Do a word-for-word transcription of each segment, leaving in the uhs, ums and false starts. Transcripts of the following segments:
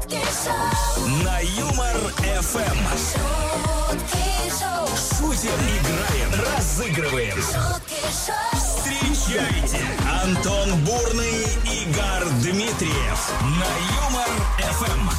На Юмор-эф эм. Шутим, играем, разыгрываем. Встречайте, Антон Бурный, Игорь Дмитриев. На Юмор-эф эм.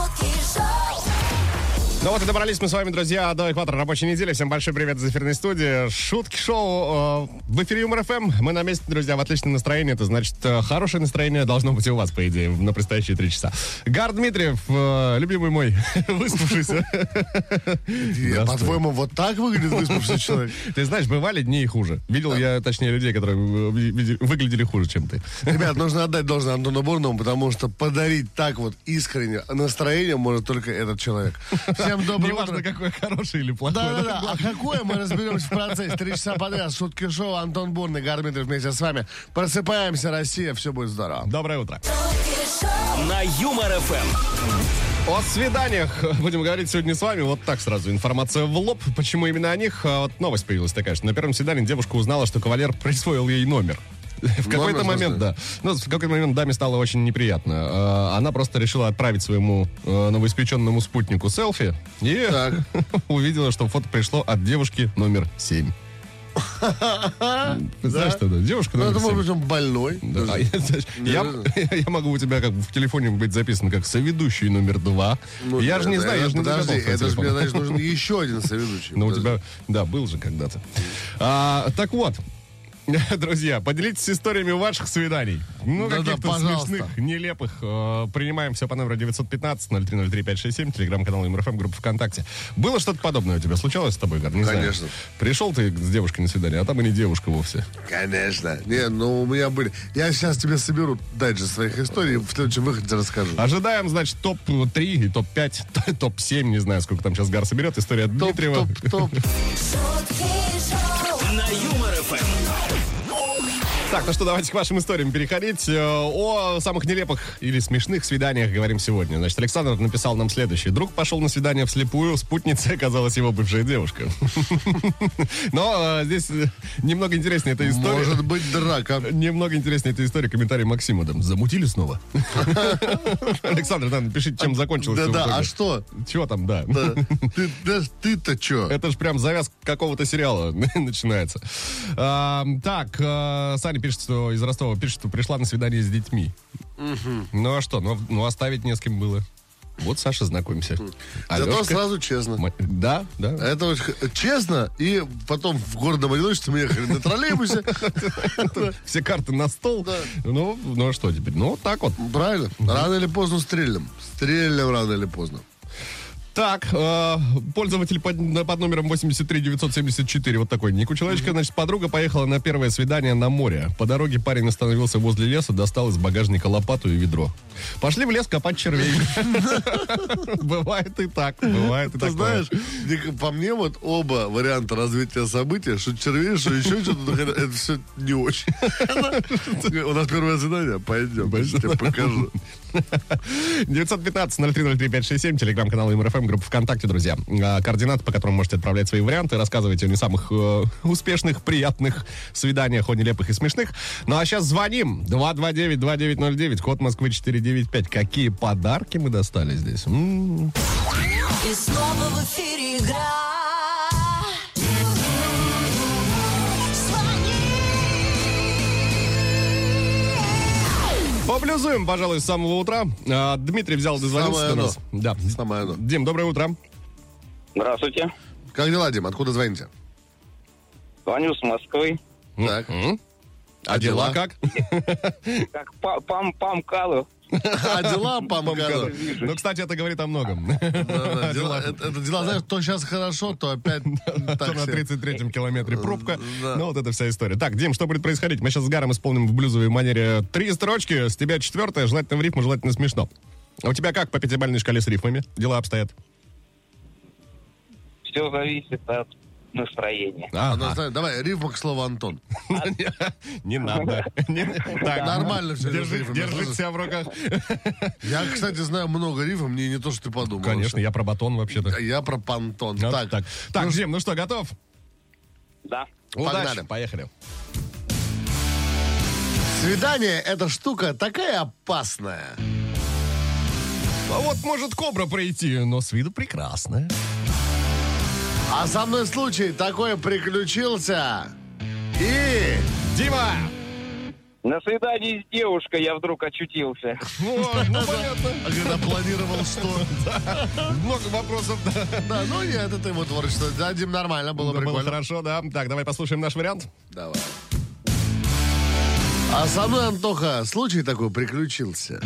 Ну вот и добрались мы с вами, друзья, до экватора рабочей недели. Всем большой привет из эфирной студии. Шутки-шоу э, в эфире Юмор-эф эм. Мы на месте, друзья, в отличном настроении. Это значит, э, хорошее настроение должно быть и у вас, по идее, на предстоящие три часа. Игорь Дмитриев, э, любимый мой, выспавшийся. По-твоему, вот так выглядит выспавшийся человек? Ты знаешь, бывали дни и хуже. Видел я, точнее, людей, которые выглядели хуже, чем ты. Ребят, нужно отдать должное Антону Бурному, потому что подарить так вот искренне настроение может только этот человек. Всем доброе Неважно, утро. какое, хорошее или плохое. Да-да-да, а какое мы разберемся в процессе. Три часа подряд, шутки-шоу, Антон Бурный, Игорь Дмитриев вместе с вами. Просыпаемся, Россия, все будет здорово. Доброе утро. На Юмор-эф эм. О свиданиях будем говорить сегодня с вами. Вот так сразу информация в лоб. Почему именно о них? Вот новость появилась такая, что на первом свидании девушка узнала, что кавалер присвоил ей номер. В какой-то момент, да. Ну, в какой-то момент даме стало очень неприятно. Она просто решила отправить своему новоиспеченному спутнику селфи и увидела, что фото пришло от девушки номер семь. Знаешь, что это? Девушка номер семь. Ну, это, может быть, семь. он больной. Да. А я, знаешь, я, я могу у тебя как бы в телефоне быть записан как соведущий номер два. Ну, я да, же не да, знаю, я же не подожди, догадался. это же мне, значит, нужен еще один соведущий. Ну, у тебя, да, был же когда-то. А, так вот, друзья, поделитесь историями ваших свиданий. Ну, Да-да, каких-то пожалуйста. смешных, нелепых. Э, принимаем все по номеру девятьсот пятнадцать ноль три ноль три пять шесть семь, телеграм-канал ЮморФМ, группа ВКонтакте. Было что-то подобное у тебя? Случалось с тобой, Игорь? Не знаю. Конечно. Пришел ты с девушкой на свидание, а там и не девушка вовсе. Конечно. Не, ну у меня были... Я сейчас тебе соберу дайджест своих историй, в следующем выходе расскажу. Ожидаем, значит, топ три и топ пять, топ семь, не знаю, сколько там сейчас Гар соберет. История от Топ, Дмитриева. топ, топ. На Юмор-эф эм. Так, ну что, давайте к вашим историям переходить. О самых нелепых или смешных свиданиях говорим сегодня. Значит, Александр написал нам следующее. Друг пошел на свидание вслепую, спутницей оказалась его бывшая девушка. Но здесь немного интереснее эта история. Может быть, драка. Немного интереснее эта история. Комментарий Максима там. Замутили снова? Александр, да, напишите, чем закончилось. Да-да, а что? Чего там, да? Ты- да Ты-то что? Это же прям завязка какого-то сериала начинается. А, так, а, Саня пишет, что из Ростова пишет, что пришла на свидание с детьми. Ну а что? Ну, ну оставить не с кем было. Вот, Саша, знакомься. Зато Алёшка. сразу честно. М- Да, да. Это очень х- честно, и потом в городом одиночестве мы ехали на троллейбусе. Все карты на стол. Да. Ну, ну а что теперь? Ну, вот так вот. Правильно. Рано или поздно стрельнем. Стрельнем рано или поздно. Так, э, пользователь под, под номером восемьдесят три девятьсот семьдесят четыре, вот такой ник у человечка. Значит, подруга поехала на первое свидание на море. По дороге парень остановился возле леса, достал из багажника лопату и ведро. Пошли в лес копать червей. Бывает и так, бывает и Ты такое. знаешь, мне- по мне вот оба варианта развития событий, что червей, что еще что-то, это все не очень. У нас первое свидание, пойдем, я тебе покажу. девятьсот пятнадцать ноль три ноль три пять шесть семь, телеграм-канал ЮморФМ, группа ВКонтакте, друзья. А, координаты, по которым можете отправлять свои варианты, рассказывайте о не самых э, успешных, приятных свиданиях, о нелепых и смешных. Ну а сейчас звоним. два два девять два девять ноль девять, код Москвы четыре девять пять. Какие подарки мы достали здесь? М-м-м. И снова в эфире игра. Поблюзуем, пожалуй, с самого утра. А, Дмитрий взял, дозвонился Самое до нас. Да. Самое оно. Дим, доброе утро. Здравствуйте. Как дела, Дим? Откуда звоните? Звоню с Москвы. Так. М? А дела как? Как па- пам-пам калу. А дела, памкада? Ну, кстати, это говорит о многом. Да-да, дела- Это это дела, знаешь, то сейчас хорошо, то опять То так на себе. тридцать третьем километре пробка. Да. Ну, вот это вся история. Так, Дим, что будет происходить? Мы сейчас с Гаром исполним в блюзовой манере три строчки, с тебя четвертая, желательно в рифму, желательно смешно. А у тебя как по пятибалльной шкале с рифмами дела обстоят? Все зависит от настроения. А, ну, Ага. знаешь, давай, рифма к слову Антон. Не надо. Не- так, Нормально всё держи- рифмами. Держи себя в руках. Я, кстати, знаю много рифм, мне не то, что ты подумал. Конечно, я про батон вообще-то. Я про понтон. Вот Так, так. Так, Дим, ну что, готов? Да. Погнали. Удачи, поехали. свидание — это штука такая опасная. А вот может кобра пройти, но с виду прекрасная. А со мной случай такой приключился. И... Дима! На свидании с девушкой я вдруг очутился. О, ну понятно. А когда планировал что? Много вопросов. Да, Да, ну нет, это его творчество. Да, Дим, нормально, было было прикольно. хорошо, да. Так, давай послушаем наш вариант. Давай. А со мной, Антоха, случай такой приключился.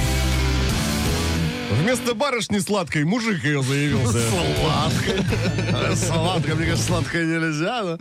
Вместо барышни сладкой мужик ее заявился. Сладкой. Сладкой, мне кажется, сладкой нельзя, но...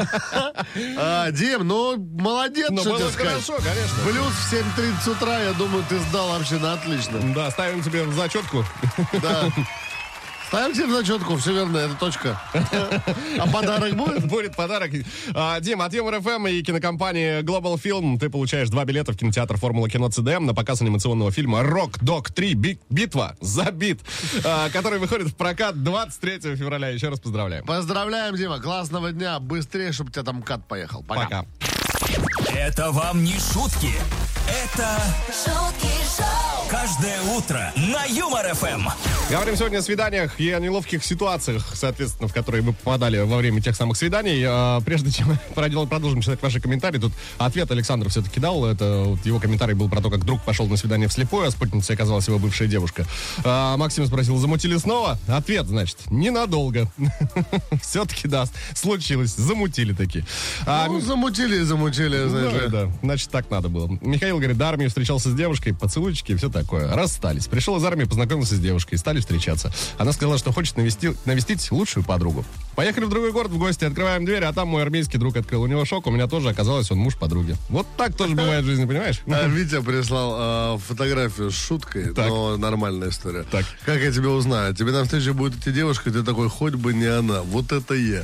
А, Дим, ну, молодец, Ну, что было тебе сказать. хорошо, конечно. Плюс в семь тридцать утра, я думаю, ты сдал вообще на отлично. Да, ставим тебе в зачетку. Да. Ставим тебе в зачетку, все верно, это точка. А подарок будет? Будет подарок. А, Дим, от Юмор эф эм и кинокомпании Global Film ты получаешь два билета в кинотеатр Формула Кино ЦДМ на показ анимационного фильма «Рок Дог три. Битва за бит», а, который выходит в прокат двадцать третьего февраля. Еще раз поздравляем. Поздравляем, Дима, классного дня. Быстрее, чтобы у тебя там кат поехал. Пока. Пока. Это вам не шутки. Это шутки шоу, каждое утро на Юмор эф эм. Говорим сегодня о свиданиях и о неловких ситуациях, соответственно, в которые мы попадали во время тех самых свиданий. А, прежде чем продолжим читать ваши комментарии, тут ответ Александр все-таки дал. Это вот его комментарий был про то, как друг пошел на свидание вслепую, а спутницей оказалась его бывшая девушка. А, Максим спросил, замутили снова? Ответ, значит, ненадолго. Все-таки, да, случилось. Замутили таки. А, Ну, замутили, замутили, знаешь ли. да, да, значит, так надо было. Михаил говорит, до армии встречался с девушкой, поцелуйчики и все такое. Расстались. Пришел из армии, познакомился с девушкой, стали встречаться. Она сказала, что хочет навести, навестить лучшую подругу. Поехали в другой город в гости, открываем дверь, а там мой армейский друг открыл. У него шок, у меня тоже оказалось, он муж подруги. Вот так тоже бывает в жизни, понимаешь? А Витя прислал э, фотографию с шуткой, Так. но нормальная история. Так. Как я тебя узнаю? Тебе на встрече будет идти девушка, ты такой, хоть бы не она. Вот это я.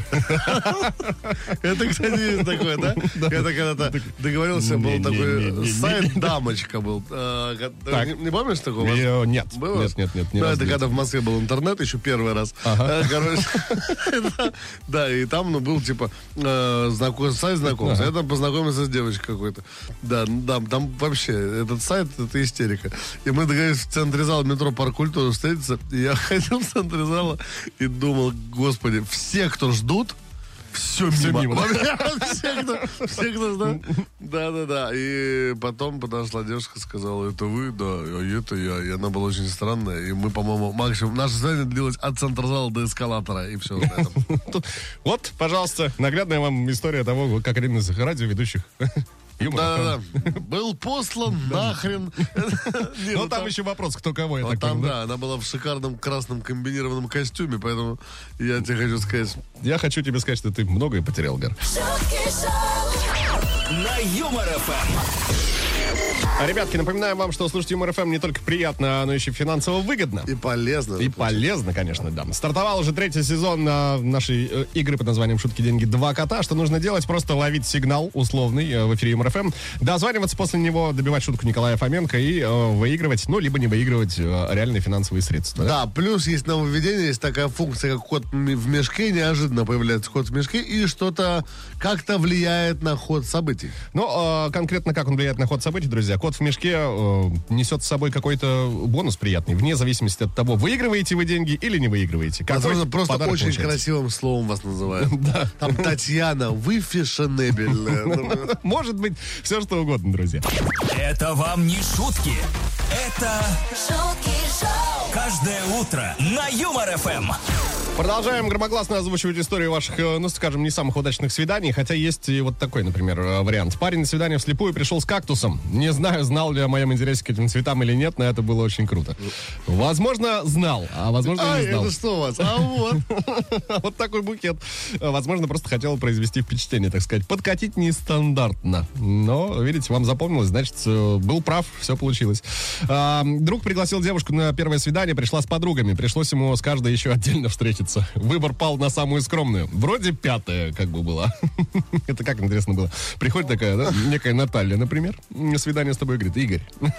Это, кстати, есть такое, да? Когда когда-то договорился, был такой сайт «Дамочка» был. Э, Так. Не не помнишь такого? Э, Нет, Было? нет, нет, нет. ни Ну, разу это нет. когда в Москве был интернет, еще первый раз. Э, Короче, да, и там, ну, был, типа, э, знаком- сайт знакомства. Я там познакомился с девочкой какой-то. Да, ну, да, там вообще, этот сайт, это истерика. И мы договорились в центре зала метро Парк Культуры встретиться. И я ходил в центре зала и думал, господи, все, кто ждут, все мимо. мимо. Все, кто, все, кто ждут. Да-да-да. И потом подошла девушка, сказала, это вы? Да, а это я. И она была очень странная. И мы, по-моему, максимум... Наше свидание длилось от центра зала до эскалатора. И все. Вот, пожалуйста, наглядная вам история того, как один из радиоведущих юмора. Да-да-да. Был послан нахрен. Не, Ну, там еще вопрос, кто кого, я Вот так там, понял, да? да, она была в шикарном красном комбинированном костюме, поэтому я тебе хочу сказать... Я хочу тебе сказать, что ты многое потерял, Гар. шутки шоу, На Юмор эф эм. А, ребятки, напоминаем вам, что слушать Юмор эф эм не только приятно, но еще финансово выгодно. И полезно. И полезно, конечно, да. Стартовал уже третий сезон а, нашей э, игры под названием «Шутки, деньги, два кота». Что нужно делать? Просто ловить сигнал условный э, в эфире Юмор эф эм, дозваниваться после него, добивать шутку Николая Фоменко и э, выигрывать, ну, либо не выигрывать э, реальные финансовые средства. Да, плюс есть нововведение, есть такая функция, как кот м- в мешке, неожиданно появляется кот в мешке, и что-то как-то влияет на ход событий. Ну, э, конкретно как он влияет на ход событий, друзья. Кот в мешке э, несет с собой какой-то бонус приятный, вне зависимости от того, выигрываете вы деньги или не выигрываете. Какой Возможно, просто подарок очень получаете. красивым словом вас называют. Там Татьяна, вы фешенебельная. Может быть, все что угодно, друзья. Это вам не шутки. Это шутки шоу, каждое утро на Юмор эф эм. Продолжаем громогласно озвучивать историю ваших, э, ну, скажем, не самых удачных свиданий, хотя есть и вот такой, например, э, вариант. Парень на свидание вслепую пришел с кактусом. Не знаю, знал ли о моем интересе к этим цветам или нет, но это было очень круто. Возможно, знал, а возможно, Ай, не знал. это что у вас? А вот. Вот такой букет. Возможно, просто хотел произвести впечатление, так сказать. Подкатить нестандартно. Но, видите, вам запомнилось, значит, э, был прав, все получилось. А, друг пригласил девушку на первое свидание, пришла с подругами. Пришлось ему с каждой еще отдельно встретиться. Выбор пал на самую скромную. Вроде пятая, как бы была. Это как интересно было. Приходит такая, да, некая Наталья, например, на свидание с тобой, говорит, Игорь,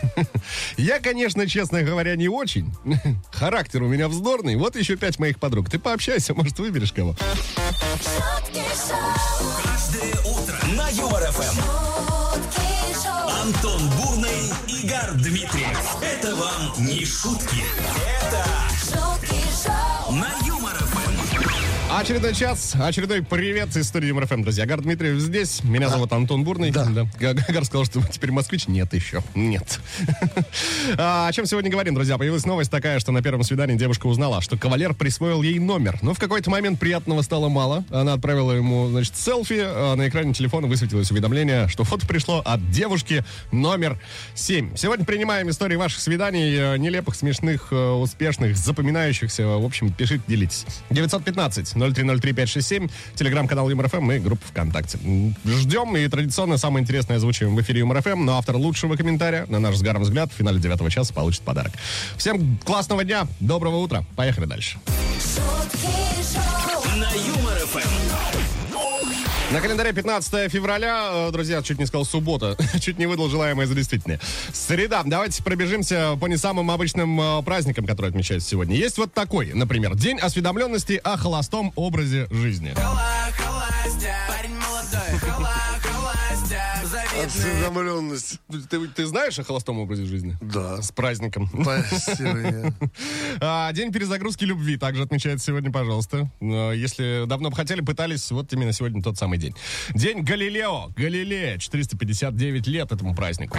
я, конечно, честно говоря, не очень. Характер у меня вздорный. Вот еще пять моих подруг. Ты пообщайся, может, выберешь кого. шутки шоу, Каждое утро на Юмор эф эм. шутки шоу, Антон Бурный, Игорь Дмитриев. Это вам не шутки. Это шутки шоу, на Юмор ФМ. Очередной час, очередной привет из студии Юмор ФМ, друзья. Игорь Дмитриев здесь, меня зовут Антон Бурный. Да. да. Гагар сказал, что теперь москвич. Нет еще, нет. а, о чем сегодня говорим, друзья? Появилась новость такая, что на первом свидании девушка узнала, что кавалер присвоил ей номер. Но в какой-то момент приятного стало мало. Она отправила ему, значит, селфи, а на экране телефона высветилось уведомление, что фото пришло от девушки номер семь. Сегодня принимаем истории ваших свиданий, нелепых, смешных, успешных, запоминающихся. В общем, пишите, делитесь. девятьсот пятнадцать ноль три ноль три пять шесть семь, телеграм-канал Юмор ФМ и группа ВКонтакте. Ждем, и традиционно самое интересное озвучиваем в эфире Юмор ФМ, но автор лучшего комментария, на наш с Гаром взгляд, в финале девятого часа получит подарок. Всем классного дня, доброго утра, поехали дальше. шутки шоу, На Юмор ФМ. На календаре пятнадцатое февраля, друзья, чуть не сказал суббота, чуть не выдал желаемое за действительное. Среда. Давайте пробежимся по не самым обычным э, праздникам, которые отмечаются сегодня. Есть вот такой, например, День осведомленности о холостом образе жизни. Осведомленность. Ты, ты знаешь о холостом образе жизни? Да. С праздником. Спасибо. А, День перезагрузки любви также отмечается сегодня, пожалуйста. Но если давно бы хотели, пытались, вот именно сегодня тот самый день. День Галилео. Галилея. четыреста пятьдесят девять лет этому празднику.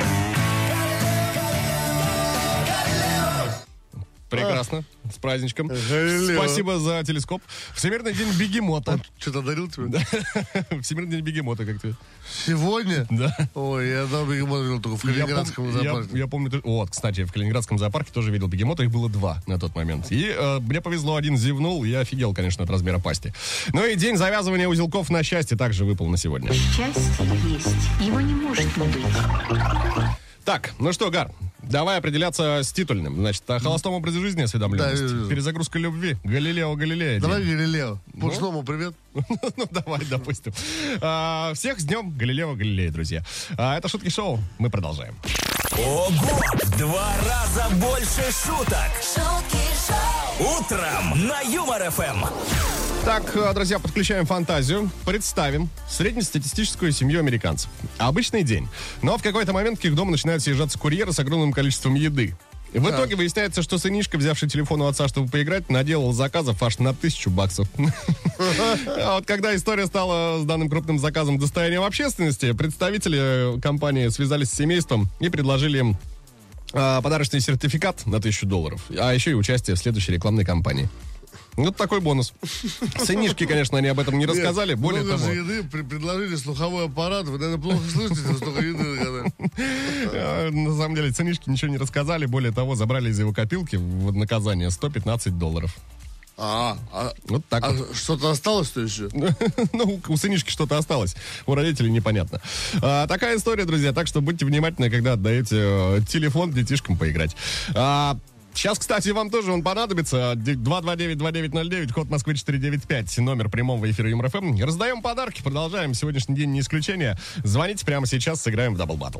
Прекрасно. С праздничком. Галилео. Спасибо за телескоп. Всемирный день бегемота. Что-то дарил тебе? Всемирный день бегемота, как ты? Сегодня? Да. Ой, я одного бегемота видел только в Калининградском я, пом- зоопарке. Я, я помню, ты- вот, кстати, в Калининградском зоопарке тоже видел бегемота, их было два на тот момент. И э, мне повезло, один зевнул, я офигел, конечно, от размера пасти. Ну и день завязывания узелков на счастье также выпал на сегодня. Счастье есть. Его не может не быть. Так, ну что, Гар, давай определяться с титульным. Значит, о холостом образе жизни осведомленность. Да, вижу. Перезагрузка любви. Галилео Галилея. Давай день. Галилео. Пушному привет. Ну, давай, допустим. А, всех с днем Галилео Галилея, друзья. А, это Шутки Шоу. Мы продолжаем. Ого! В два раза больше шуток. шутки шоу, Утром на Юмор ФМ. Так, друзья, подключаем фантазию. Представим среднестатистическую семью американцев. Обычный день. Но в какой-то момент к их дому начинают съезжаться курьеры с огромным количеством еды. И в итоге выясняется, что сынишка, взявший телефон у отца, чтобы поиграть, наделал заказов аж на тысячу баксов. А вот когда история стала с данным крупным заказом достоянием общественности, представители компании связались с семейством и предложили им а, подарочный сертификат на тысячу долларов, а еще и участие в следующей рекламной кампании. Вот такой бонус. Сынишки, конечно, они об этом не рассказали. Нет, Более много того... же еды, при- предложили слуховой аппарат. Вы, наверное, плохо слышите, что столько еды. когда- э, На самом деле, сынишки ничего не рассказали. Более того, забрали из его копилки в наказание сто пятнадцать долларов. А, а, Вот так а вот. что-то осталось-то еще? Ну, у сынишки что-то осталось. У родителей непонятно. А, такая история, друзья. Так что будьте внимательны, когда отдаете э, телефон детишкам поиграть. А, Сейчас, кстати, вам тоже он понадобится. два два девять два девять ноль девять, код Москвы четыре девять пять, номер прямого эфира Юмор ФМ. Раздаем подарки, продолжаем. Сегодняшний день не исключение. Звоните прямо сейчас, сыграем в дабл баттл.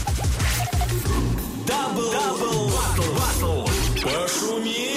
Дабл, дабл, батл, батл. Пошумим.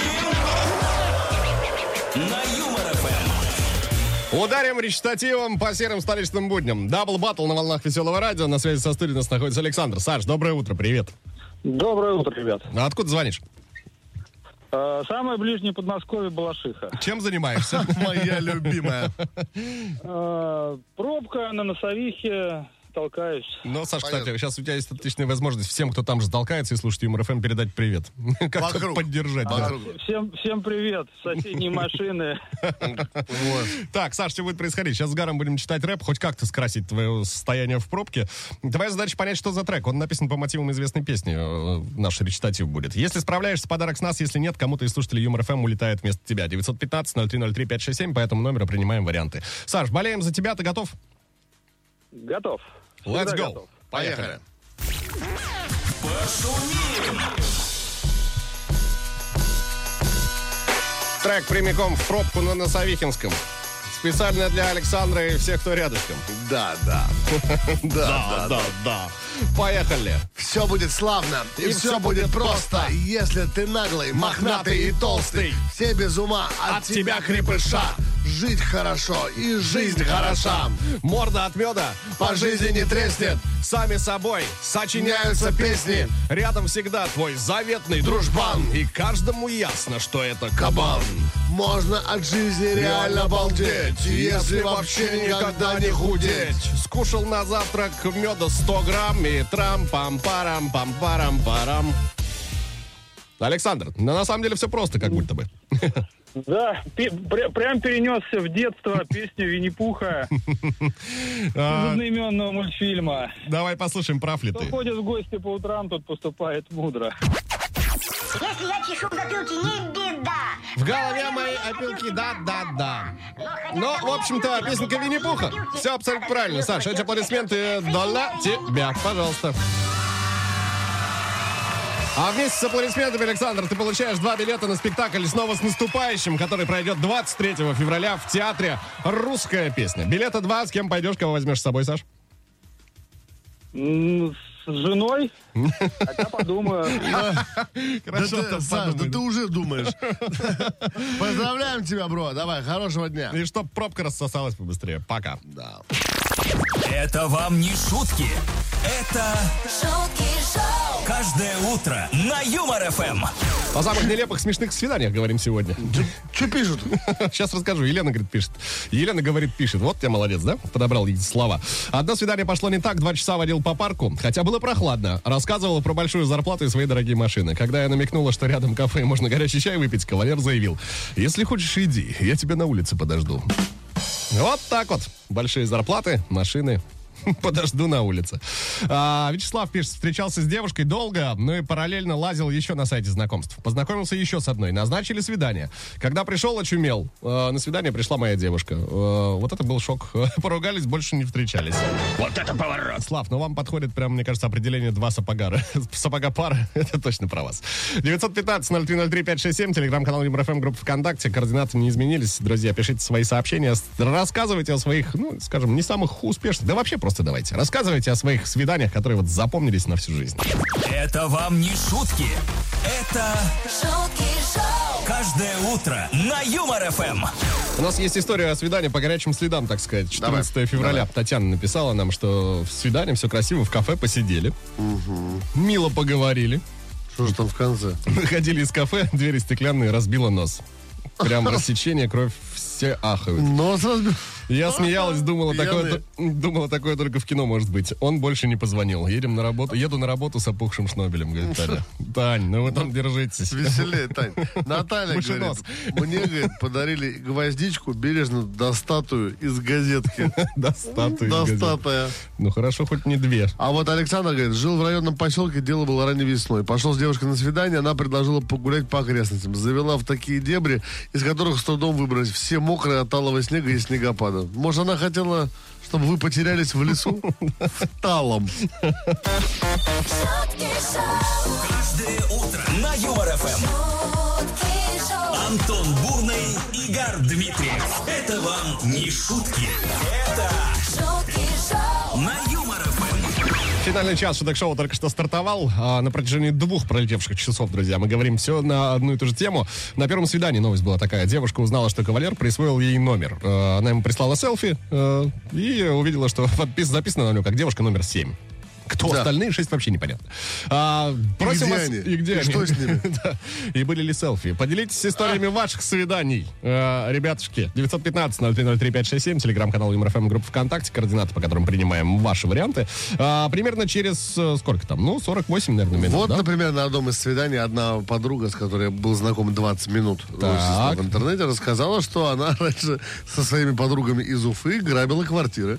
На Юмор ФМ. Ударим речитативом по серым столичным будням. Дабл баттл на волнах веселого радио. На связи со студией у нас находится Александр. Саш, доброе утро, привет. Доброе утро, ребят. А откуда звонишь? Э, Самое ближнее Подмосковье Балашиха. Чем занимаешься? Моя любимая. Э, Пробка на носовихе, толкаюсь. Ну, Саш, кстати, Понятно. сейчас у тебя есть отличная возможность всем, кто там же толкается и слушает Юмор ФМ, передать привет. Как-то Вокруг. поддержать. да. Вокруг. Всем, всем привет, соседние машины. Вот. Так, Саш, что будет происходить? Сейчас с Гаром будем читать рэп, хоть как-то скрасить твое состояние в пробке. Твоя задача понять, что за трек. Он написан по мотивам известной песни. Э, Наш речитатив будет. Если справляешься, подарок с нас. Если нет, кому-то из слушателей Юмор ФМ улетает вместо тебя. девятьсот пятнадцать ноль три ноль три пять шесть семь. По этому номеру принимаем варианты. Саш, болеем за тебя. Ты готов? Готов. Let's Всегда go. готов. Поехали. Трек прямиком в пробку на Носовихинском. Специально для Александра и всех, кто рядышком. Да, да. Да, да. да. Поехали. Все будет славно, и, И все всё будет будет просто, просто. если ты наглый, махнатый и толстый. Все без ума от, От тебя тебя крепыша. жить хорошо и жизнь хороша. Морда от меда по жизни не треснет. Сами собой сочиняются песни. Рядом всегда твой заветный дружбан. И каждому ясно, что это кабан. Можно от жизни реально балдеть, если вообще никогда не худеть. Скушал на завтрак меда сто грамм и трам-пам-парам-пам-парам-парам. Александр, ну, на самом деле все просто, как будто бы. Да, пи- пр- прям перенесся в детство песню Винни-Пуха из одноименного мультфильма. Давай послушаем, прав ли Кто ты. ходит в гости по утрам, тот поступает мудро. Если я чешу в опилке, не беда. В голове моей опилки, да-да-да. Но, в общем-то, песенка Винни-Пуха. Все абсолютно правильно. Саша, эти аплодисменты для тебя. Пожалуйста. А вместе с аплодисментами, Александр, ты получаешь два билета на спектакль «Снова с наступающим», который пройдет двадцать третьего февраля в театре «Русская песня». Билета два. С кем пойдешь, кого возьмешь с собой, Саш? М, С женой? Хотя подумаю. Хорошо, Да ты, Саш, да ты уже думаешь. Поздравляем тебя, бро. Давай, хорошего дня. И чтоб пробка рассосалась побыстрее. Пока. Да. Это вам не шутки. Это шутки шоу, каждое утро на Юмор эф эм. О самых нелепых смешных свиданиях говорим сегодня. Что пишут? Сейчас расскажу. Елена, говорит, пишет. Елена, говорит, пишет. Вот я молодец, да? Подобрал эти слова. Одно свидание пошло не так. Два часа водил по парку. Хотя было прохладно. Рассказывала про большую зарплату и свои дорогие машины. Когда я намекнула, что рядом кафе и можно горячий чай выпить, кавалер заявил: если хочешь, иди. Я тебя на улице подожду. Вот так вот. Большие зарплаты, машины. Подожду на улице. А, Вячеслав пишет: встречался с девушкой долго, но и параллельно лазил еще на сайте знакомств. Познакомился еще с одной. Назначили свидание. Когда пришел, очумел. А, на свидание пришла моя девушка. А, вот это был шок. Поругались, больше не встречались. Вот это поворот. Слав, ну вам подходит прям, мне кажется, определение два сапогара. Сапога пара, это точно про вас. девятьсот пятнадцать ноль три ноль три пять шесть семь, телеграм-канал Юмор эф эм, группа ВКонтакте. Координаты не изменились. Друзья, пишите свои сообщения. Рассказывайте о своих, ну, скажем, не самых успешных, да вообще просто давайте. Рассказывайте о своих свиданиях, которые вот запомнились на всю жизнь. Это вам не шутки. Это шутки шоу, каждое утро на Юмор эф эм. У нас есть история о свидании по горячим следам, так сказать. четырнадцатого февраля. давай. Татьяна написала нам, что в свидании все красиво, в кафе посидели. Мило поговорили. Что же там в конце? Выходили из кафе, двери стеклянные, разбила нос. Прям рассечение, кровь, все ахают. Нос разбил. Я смеялась, думала такое, Пьяные. думала, такое только в кино может быть. Он больше не позвонил. Едем на работу, еду на работу с опухшим шнобелем, говорит Таня. Тань, ну вы там держитесь. Веселее, Тань. Наталья Мышенос. говорит, мне, говорит, подарили гвоздичку бережно достатую из газетки. До статуи. Достатая. Ну хорошо, хоть не две. А вот Александр говорит, жил в районном поселке, дело было ранней весной. Пошел с девушкой на свидание, она предложила погулять по окрестностям. Завела в такие дебри, из которых с трудом выбрать. Все мокрые от талого снега и снегопада. Может, она хотела, чтобы вы потерялись в лесу? В талом. шутки шоу, Каждое утро на Юмор эф эм. шутки шоу, Антон Бурный, Игорь Дмитриев. Это вам не шутки. Это шутки шоу, на Юмор эф эм. Финальный час шуток-шоу только что стартовал. А на протяжении двух пролетевших часов, друзья, мы говорим все на одну и ту же тему. На первом свидании новость была такая. Девушка узнала, что кавалер присвоил ей номер. Э, Она ему прислала селфи э, и увидела, что подпис- записано на нем как девушка номер семь. Кто Да. остальные шесть, вообще непонятно. А, просим где вас- они? И где И они? что с ними? Да. И были ли селфи? Поделитесь историями ваших свиданий. Э, ребятушки, девятьсот пятнадцать ноль три ноль три пять шесть семь, телеграм-канал Юмор эф эм, группа ВКонтакте, координаты, по которым принимаем ваши варианты. А, примерно через э, сколько там? Ну, сорок восемь, наверное, минут, Вот, да? например, на одном из свиданий одна подруга, с которой я был знаком двадцать минут ну, естественно, в интернете, рассказала, что она раньше со своими подругами из Уфы грабила квартиры.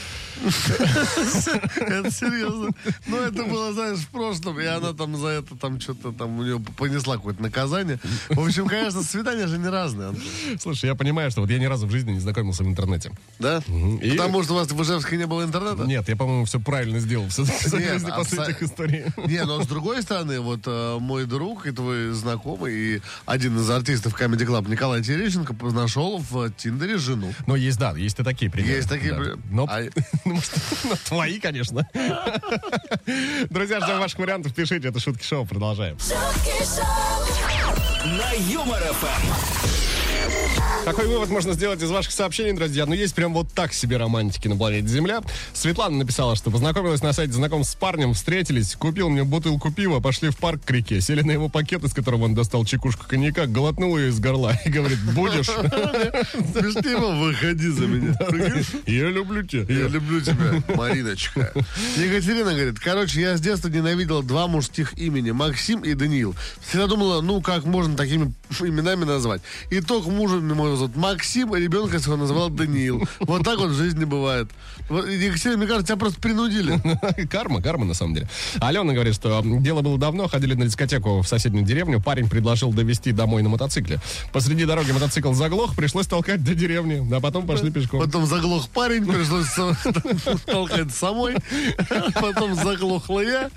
Это серьезно. Но это было, знаешь, в прошлом, и она там за это там что-то там у нее понесла какое-то наказание. В общем, конечно, свидания же не разные, Антон. Слушай, я понимаю, что вот я ни разу в жизни не знакомился в интернете. Да? И- Потому что у вас в Ижевске не было интернета? Нет, я, по-моему, все правильно сделал все-таки в Нет, жизни после абсо- этих историй. Не, но с другой стороны, вот э, мой друг и твой знакомый, и один из артистов Comedy Club Николай Терещенко нашел в Тиндере жену. Но есть, да, есть и такие примеры. Есть такие Да. примеры. Но, А- ну, может, ну, твои, конечно. Друзья, ждем ваших вариантов, пишите, это Шутки Шоу, продолжаем. шутки шоу, На Юмор эф эм. Какой вывод можно сделать из ваших сообщений, друзья? Ну, есть прям вот так себе романтики на планете Земля. Светлана написала, что познакомилась на сайте знакомств с парнем, встретились, купил мне бутылку пива, пошли в парк к реке, сели на его пакет, из которого он достал чекушку коньяка, глотнул ее из горла и говорит, будешь? Без пива выходи за меня. Я люблю тебя. Я люблю тебя, Мариночка. Екатерина говорит, короче, я с детства ненавидела два мужских имени, Максим и Даниил. Всегда думала, ну, как можно такими именами назвать. Итог мужа мой зовут Максим, а ребенка своего называл Даниил. Вот так вот в жизни бывает. Вот, Екатерина, мне кажется, тебя просто принудили. Карма, карма на самом деле. Алена говорит, что дело было давно, ходили на дискотеку в соседнюю деревню, парень предложил довезти домой на мотоцикле. Посреди дороги мотоцикл заглох, пришлось толкать до деревни, а потом пошли пешком. Потом заглох парень, пришлось толкать самой, потом заглохла я.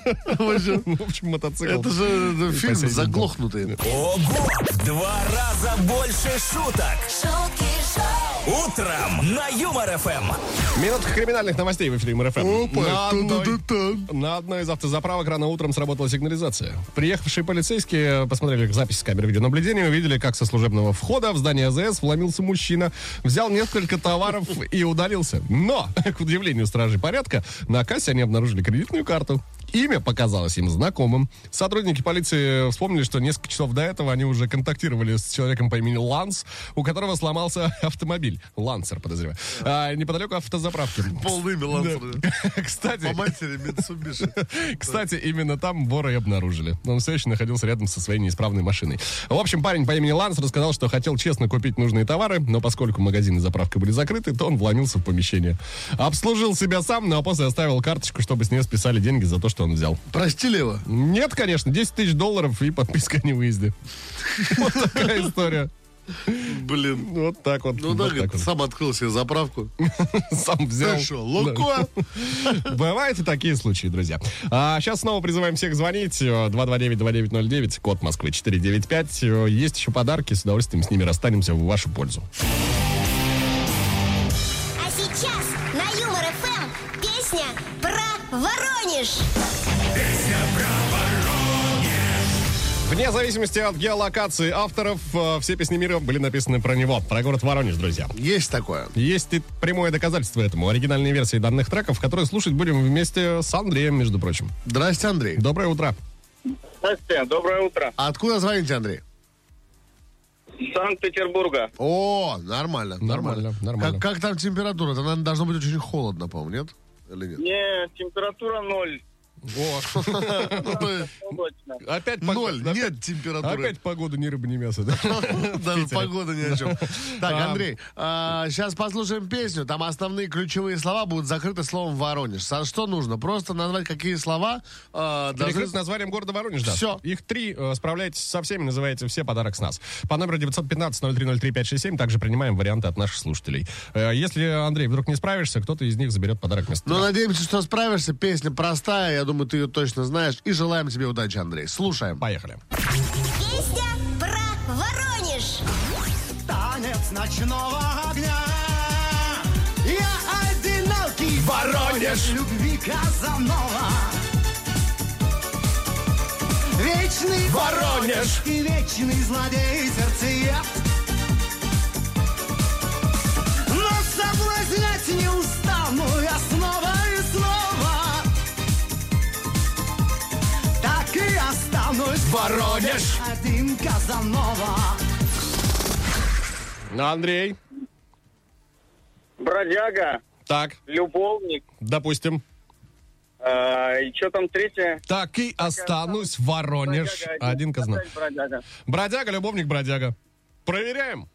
В общем, мотоцикл. Это же фильм «Заглохнутые». Ого! Два раза больше шуток. шутки шоу, Утром на Юмор ФМ. Минутка криминальных новостей в эфире Юмор ФМ. Опа, На одной, та-та-та-та. на одной из автозаправок рано утром сработала сигнализация. Приехавшие полицейские посмотрели запись с камер видеонаблюдения, увидели, как со служебного входа в здание АЗС вломился мужчина, взял несколько товаров и удалился. Но, к удивлению стражей порядка, на кассе они обнаружили кредитную карту. Имя показалось им знакомым. Сотрудники полиции вспомнили, что несколько часов до этого они уже контактировали с человеком по имени Ланс, у которого сломался автомобиль. Лансер, подозреваю. А, неподалеку от автозаправки. Полное имя Лансера. Кстати, По матери Митсубиши. кстати, именно там вора и обнаружили. Он все еще находился рядом со своей неисправной машиной. В общем, парень по имени Ланс рассказал, что хотел честно купить нужные товары, но поскольку магазины и заправка были закрыты, то он вломился в помещение. Обслужил себя сам, но после оставил карточку, чтобы с нее списали деньги за то, что он взял. Простили его? Нет, конечно, десять тысяч долларов и подписка о невыезде. Вот такая история. Блин. Вот так вот. Ну Вот да, так говорит, вот. сам открыл себе заправку. Сам взял. Ты что, Луко? Бывают и такие случаи, друзья. А сейчас снова призываем всех звонить. два два девять два девять ноль девять, код Москвы четыре девять пять. Есть еще подарки, с удовольствием с ними расстанемся в вашу пользу. А сейчас на Юмор ФМ песня про Воронеж. Вне зависимости от геолокации авторов, э, все песни мира были написаны про него, про город Воронеж, друзья. Есть такое. Есть и прямое доказательство этому. Оригинальные версии данных треков, которые слушать будем вместе с Андреем, между прочим. Здрасте, Андрей. Доброе утро. Здравствуйте, доброе утро. А откуда звоните, Андрей? С Санкт-Петербурга. О, нормально, нормально. Нормально, нормально. Как, как там температура? Это, наверное, должно быть очень холодно, по-моему, нет? Или нет? Не, температура ноль. О. Облачно. Опять пог- Ноль, опять- нет температуры. Опять погода, ни рыба, ни мясо. Да? Даже погода ни о чем. Так, А. Андрей, а, сейчас послушаем песню. Там основные ключевые слова будут закрыты словом «Воронеж». Со- Что нужно? Просто назвать, какие слова а, должны... Перекрыт названием города Воронеж, да. Всё. Их три. э, Справляйтесь со всеми, называете все подарок с нас. По номеру девятьсот пятнадцать ноль три ноль три пять шесть семь также принимаем варианты от наших слушателей. Э, Если, Андрей, вдруг не справишься, кто-то из них заберет подарок вместо Ну, тебя. надеемся, что справишься. Песня простая, я думаю, ты ее точно знаешь. И желаем тебе удачи, Андрей. Слушаем. Поехали. Песня про Воронеж. Танец ночного огня. Я одинокий Воронеж! любви Казанова. Вечный Воронеж! и вечный злодей сердцеед. Но соблазнять не устану я снова и снова. Так и останусь Воронеж! один Казанова. Ну, Андрей. Бродяга, Так, любовник. допустим. а, и что там третье? Так и останусь Воронеж. Бродяга, Один Казанов. опять бродяга. Бродяга, любовник, бродяга. Проверяем.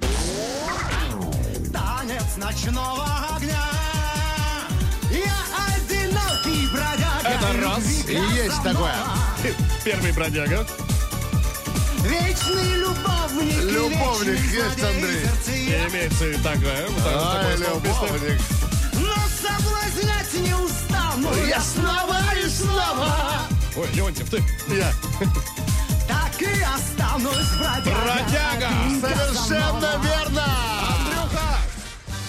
Танец ночного огня. Я одинокий бродяга. Это раз. любви И есть Казанова. такое. Первый бродяга. Вечный любовник. и Любовник вечный есть, злодей Андрей. сердцеед. Имеется и такое. Ай, любовник. Но соблазнять не устану я снова и снова. Ой, Леонтьев, ты. Я. Так и останусь бродяга. Бродяга! один Совершенно Казанова. верно. Андрюха!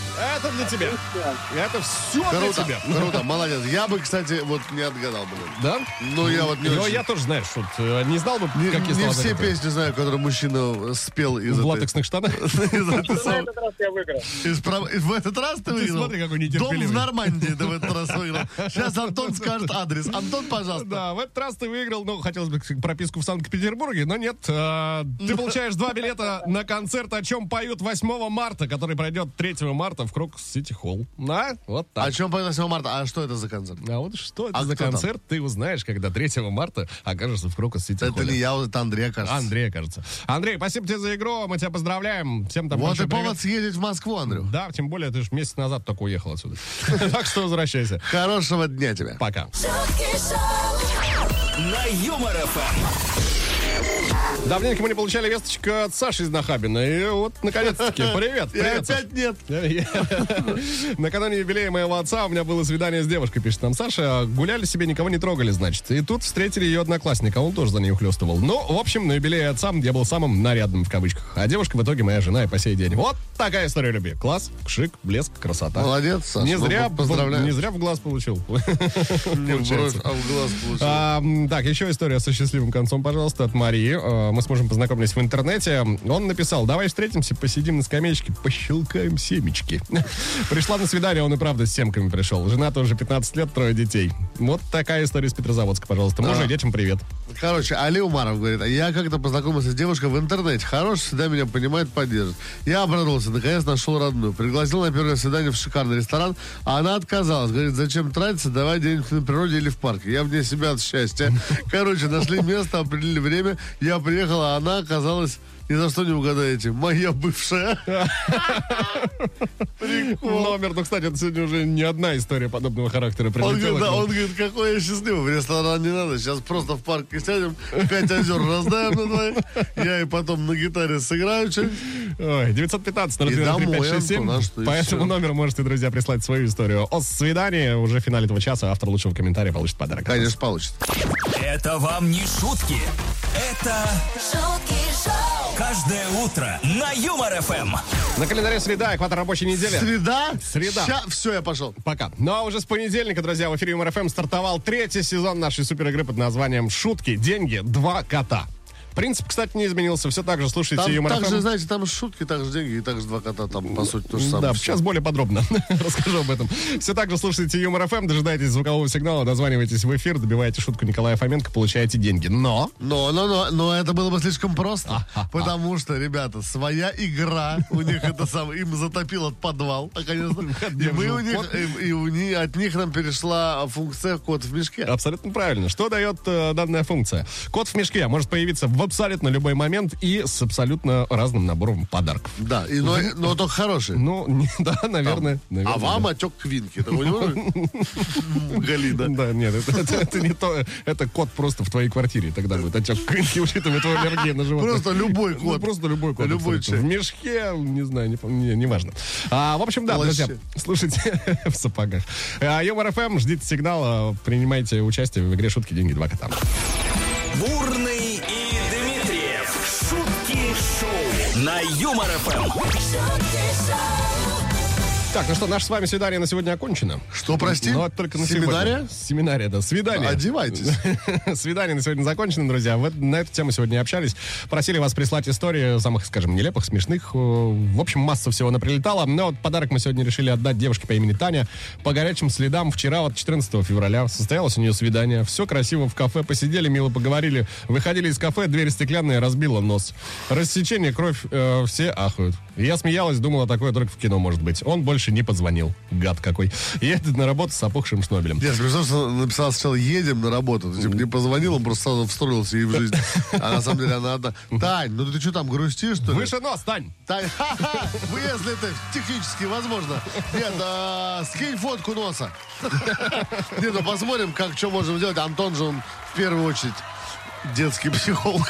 это для тебя. Это все для Круто, тебя. круто, молодец. Я бы, кстати, вот не отгадал бы. Да? Ну, я вот не Но очень... я тоже, знаешь, вот, э, не знал бы, Не, какие не слова все загадывать. песни знаю, которые мужчина спел из В этой... латексных штанах. из этой На самой- этот раз я выиграл. из прав- В этот раз ты выиграл? смотри, какой Дом нетерпеливый. в Нормандии ты в этот раз выиграл. Сейчас Антон скажет адрес. Антон, пожалуйста. Да, в этот раз ты выиграл, ну, хотелось бы прописку в Санкт-Петербурге, но нет. А, ты получаешь два билета на концерт «О чем поют» восьмого марта, который пройдет третьего марта в Крокус Сити Холл. Да, вот так. О чем поет восьмого марта? А что это за концерт? А вот что это А за кто там? концерт, ты узнаешь, когда третьего марта окажешься в Крокус Сити Это Холле. не я, вот это Андрей, кажется. Андрей, кажется. Андрей, спасибо тебе за игру, мы тебя поздравляем. Всем там Вот большой и повод привет. съездить в Москву, Андрю. Да, тем более ты же месяц назад только уехал отсюда. Так что возвращайся. Хорошего дня тебе. Пока. шутки шоу, На Юмор ФМ. Давненько мы не получали весточку от Саши из Нахабина. И вот, наконец-таки, привет. И Привет, Саш. опять нет. Накануне юбилея моего отца у меня было свидание с девушкой, пишет нам Саша. Гуляли себе, никого не трогали, значит. И тут встретили ее одноклассника, он тоже за ней ухлёстывал. Ну, в общем, на юбилее отца я был самым нарядным, в кавычках. А девушка в итоге моя жена и по сей день. Вот такая история любви. Класс, шик, блеск, красота. Молодец, Саша. Не Ну, зря, поздравляю. не зря в глаз получил. Не в бровь, а в глаз получил. А, м, так, еще история со счастливым концом, пожалуйста, от Марии. А, мы с мужем познакомились в интернете. Он написал: давай встретимся, посидим на скамеечке, пощелкаем семечки. Пришла на свидание, он и правда с семками пришел. Жена тоже пятнадцать лет, трое детей. Вот такая история из Петрозаводска, пожалуйста. Мужу и детям привет. Короче, Али Умаров говорит: а я как-то познакомился с девушкой в интернете. Хорош, всегда меня понимает, поддержит. Я обрадовался, наконец нашел родную. Пригласил на первое свидание в шикарный ресторан, а она отказалась. Говорит: зачем тратиться, давай где-нибудь на природе или в парке. Я вне себя от счастья. Короче, нашли место, определили время. Я приехал, а она оказалась... Ни за что не угадаете. Моя бывшая. Номер, ну, кстати, это сегодня уже не одна история подобного характера Он прилетела. говорит, да, к нам. он говорит, какой я счастливый. В ресторан не надо. Сейчас просто в парке сядем, пять озер раздаем на двоих. Я и потом на гитаре сыграю что-нибудь. Ой, девятьсот пятнадцать ноль И три ноль три домой, пять шесть семь. Антон, а что По еще? этому номеру можете, друзья, прислать свою историю о свидании. Уже в финале этого часа автор лучшего комментария получит подарок. Конечно, получит. Это вам не шутки. Это шутки шоу, каждое утро на Юмор ФМ. На календаре среда, экватор рабочей недели. Среда? Среда. Ща, все, я пошел. Пока. Ну а уже с понедельника, друзья, в эфире Юмор ФМ стартовал третий сезон нашей супер игры под названием «Шутки, деньги, два кота». Принцип, кстати, не изменился. Все так же слушайте Там Юмор так ФМ. же, знаете, там шутки, так же деньги, и так же два кота, там, по сути, то же самое. Да, Всё. сейчас более подробно расскажу об этом. Все так же слушайте Юмор ФМ, дожидайтесь звукового сигнала, дозванивайтесь в эфир, добиваете шутку Николая Фоменко, получаете деньги. Но... Но, но, но, но это было бы слишком просто, потому что, ребята, своя игра, у них это самое, им затопило подвал, конечно, и мы у них, и, и у них, от них нам перешла функция кот в мешке. Абсолютно правильно. Что дает э, данная функция? Кот в мешке может появиться в абсолютно любой момент и с абсолютно разным набором подарков. Да, и, но, но только хороший. Ну, не- да, наверное. наверное, А вам да. отек квинки. Такой, не Галина. Да, нет, это, это- это не то. Это кот просто в твоей квартире. Тогда будет отек квинки, учитывая твою аллергию на животных. Просто любой Ну, кот. просто любой кот. Любой абсолютно. В мешке, не знаю, не, пом- не, не важно. А, в общем, да, Плаще. друзья, слушайте в сапогах. А, Юмор ФМ, ждите сигнала, принимайте участие в игре «Шутки, деньги, два кота». Бурный и Дмитриев. Шутки шоу на Юмор ФМ. шутки шоу, Так, ну что, наше с вами свидание на сегодня окончено. Что, прости? Ну, это только на Семинария? сегодня. Семинария, да. Свидание. Одевайтесь. Свидание на сегодня закончено, друзья. В- на эту тему сегодня общались. Просили вас прислать истории самых, скажем, нелепых, смешных. Э, В общем, масса всего наприлетала. Но вот подарок мы сегодня решили отдать девушке по имени Таня. По горячим следам вчера, вот четырнадцатого февраля, состоялось у нее свидание. Все красиво в кафе. Посидели, мило поговорили. Выходили из кафе, дверь стеклянная, разбила нос. Рассечение, кровь, э, все ахают. Я смеялась, думала, такое только в кино может быть. Он больше не позвонил. Гад какой. Едет на работу с опухшим шнобелем. Я смешно, что написал сначала «едем на работу». Типа не позвонил, он просто сразу встроился ей в жизнь. А на самом деле она одна. Тань, ну ты что там, грустишь, что ли? Выше нос, Тань! Тань, ха-ха, вы, если это технически возможно. Нет, а, скинь фотку носа. Нет, ну посмотрим, как, что можем сделать. Антон же, он в первую очередь детский психолог.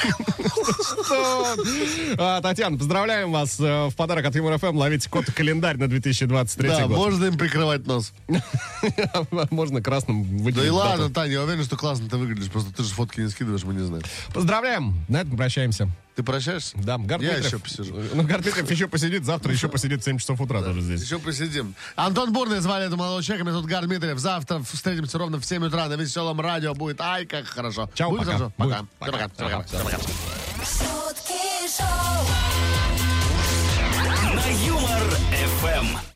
А, Татьяна, поздравляем вас. Э, В подарок от Юмор ФМ ловите код-календарь на две тысячи двадцать третий Да, год. можно им прикрывать нос. Можно красным Да выделить и ладно, дату. Таня, я уверен, что классно ты выглядишь. Просто ты же фотки не скидываешь, мы не знаем. Поздравляем. На этом прощаемся. Ты прощаешься? Да, Гар Я Дмитриев- еще посижу. Ну, Гар Дмитриев еще посидит, завтра еще посидит в семь часов утра тоже здесь. Еще посидим. Антон Бурный звали этого молодого человека. Меня тут Гар Дмитриев. Завтра встретимся ровно в семь утра на веселом радио. Будет ай, как хорошо. Чао, Будет пока. хорошо? Будет. Пока. Пока. Пока. Пока. Пока. Пока. шутки шоу. На Юмор эф эм.